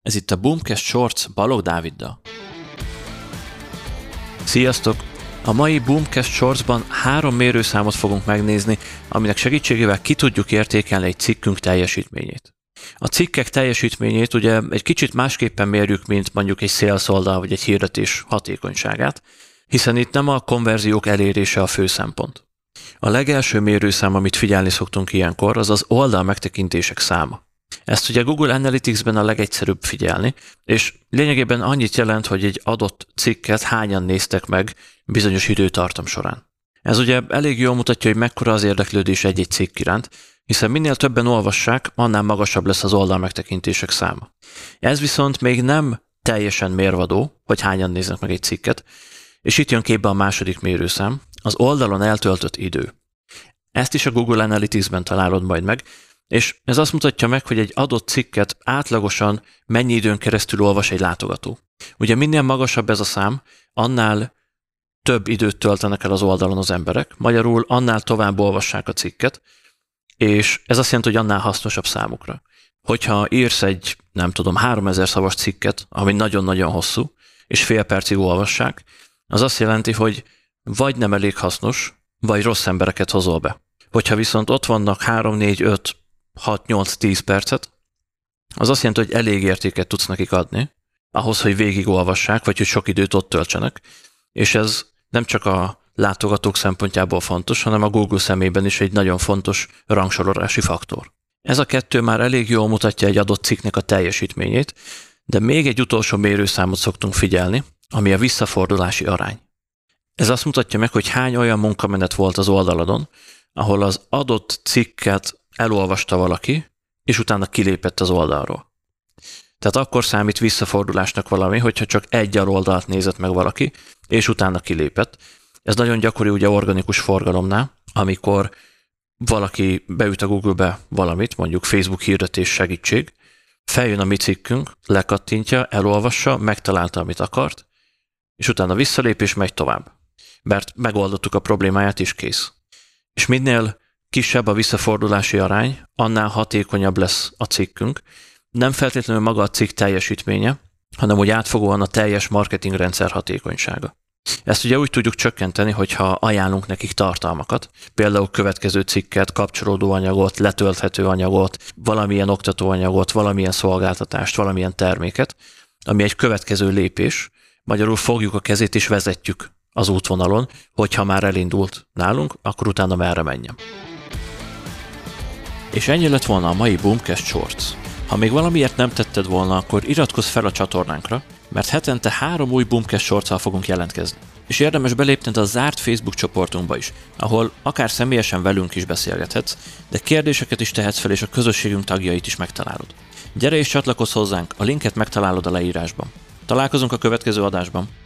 Ez itt a Boomcast Shorts Balogh Dáviddal. Sziasztok! A mai Boomcast Shortsban 3 mérőszámot fogunk megnézni, aminek segítségével ki tudjuk értékelni egy cikkünk teljesítményét. A cikkek teljesítményét ugye egy kicsit másképpen mérjük, mint mondjuk egy sales oldal vagy egy hirdetés hatékonyságát, hiszen itt nem a konverziók elérése a fő szempont. A legelső mérőszám, amit figyelni szoktunk ilyenkor, az az oldal megtekintések száma. Ezt ugye Google Analytics-ben a legegyszerűbb figyelni, és lényegében annyit jelent, hogy egy adott cikket hányan néztek meg bizonyos időtartam során. Ez ugye elég jól mutatja, hogy mekkora az érdeklődés egy-egy cikk iránt, hiszen minél többen olvassák, annál magasabb lesz az oldal megtekintések száma. Ez viszont még nem teljesen mérvadó, hogy hányan néznek meg egy cikket, és itt jön képbe a második mérőszám, az oldalon eltöltött idő. Ezt is a Google Analytics-ben találod majd meg, és ez azt mutatja meg, hogy egy adott cikket átlagosan mennyi időn keresztül olvas egy látogató. Ugye minél magasabb ez a szám, annál több időt töltenek el az oldalon az emberek, magyarul annál tovább olvassák a cikket, és ez azt jelenti, hogy annál hasznosabb számukra. Hogyha írsz egy, 3000 szavas cikket, ami nagyon-nagyon hosszú, és fél percig olvassák, az azt jelenti, hogy vagy nem elég hasznos, vagy rossz embereket hozol be. Hogyha viszont ott vannak 3, 4, 5, 6, 8, 10 percet, az azt jelenti, hogy elég értéket tudsz nekik adni, ahhoz, hogy végigolvassák, vagy hogy sok időt ott töltsenek, és ez nem csak a látogatók szempontjából fontos, hanem a Google szemében is egy nagyon fontos rangsorolási faktor. Ez a kettő már elég jól mutatja egy adott cikknek a teljesítményét, de még egy utolsó mérőszámot szoktunk figyelni, ami a visszafordulási arány. Ez azt mutatja meg, hogy hány olyan munkamenet volt az oldaladon, ahol az adott cikket elolvasta valaki, és utána kilépett az oldalról. Tehát akkor számít visszafordulásnak valami, hogyha csak egy oldalt nézett meg valaki, és utána kilépett. Ez nagyon gyakori ugye organikus forgalomnál, amikor valaki beüt a Google-be valamit, mondjuk Facebook hirdetés segítség, feljön a mi cikkünk, lekattintja, elolvassa, megtalálta, amit akart, és utána visszalép és megy tovább. Mert megoldottuk a problémáját, és kész. És minél kisebb a visszafordulási arány, annál hatékonyabb lesz a cikkünk. Nem feltétlenül maga a cikk teljesítménye, hanem úgy átfogóan a teljes marketingrendszer hatékonysága. Ezt ugye úgy tudjuk csökkenteni, hogyha ajánlunk nekik tartalmakat, például következő cikket, kapcsolódó anyagot, letölthető anyagot, valamilyen oktatóanyagot, valamilyen szolgáltatást, valamilyen terméket, ami egy következő lépés, magyarul fogjuk a kezét és vezetjük az útvonalon, hogyha már elindult nálunk, akkor utána merre menjem. És ennyi lett volna a mai Boomcast Shorts. Ha még valamiért nem tetted volna, akkor iratkozz fel a csatornánkra, mert hetente 3 új Boomcast Shortszal fogunk jelentkezni. És érdemes belépned a zárt Facebook csoportunkba is, ahol akár személyesen velünk is beszélgethetsz, de kérdéseket is tehetsz fel, és a közösségünk tagjait is megtalálod. Gyere és csatlakozz hozzánk, a linket megtalálod a leírásban. Találkozunk a következő adásban.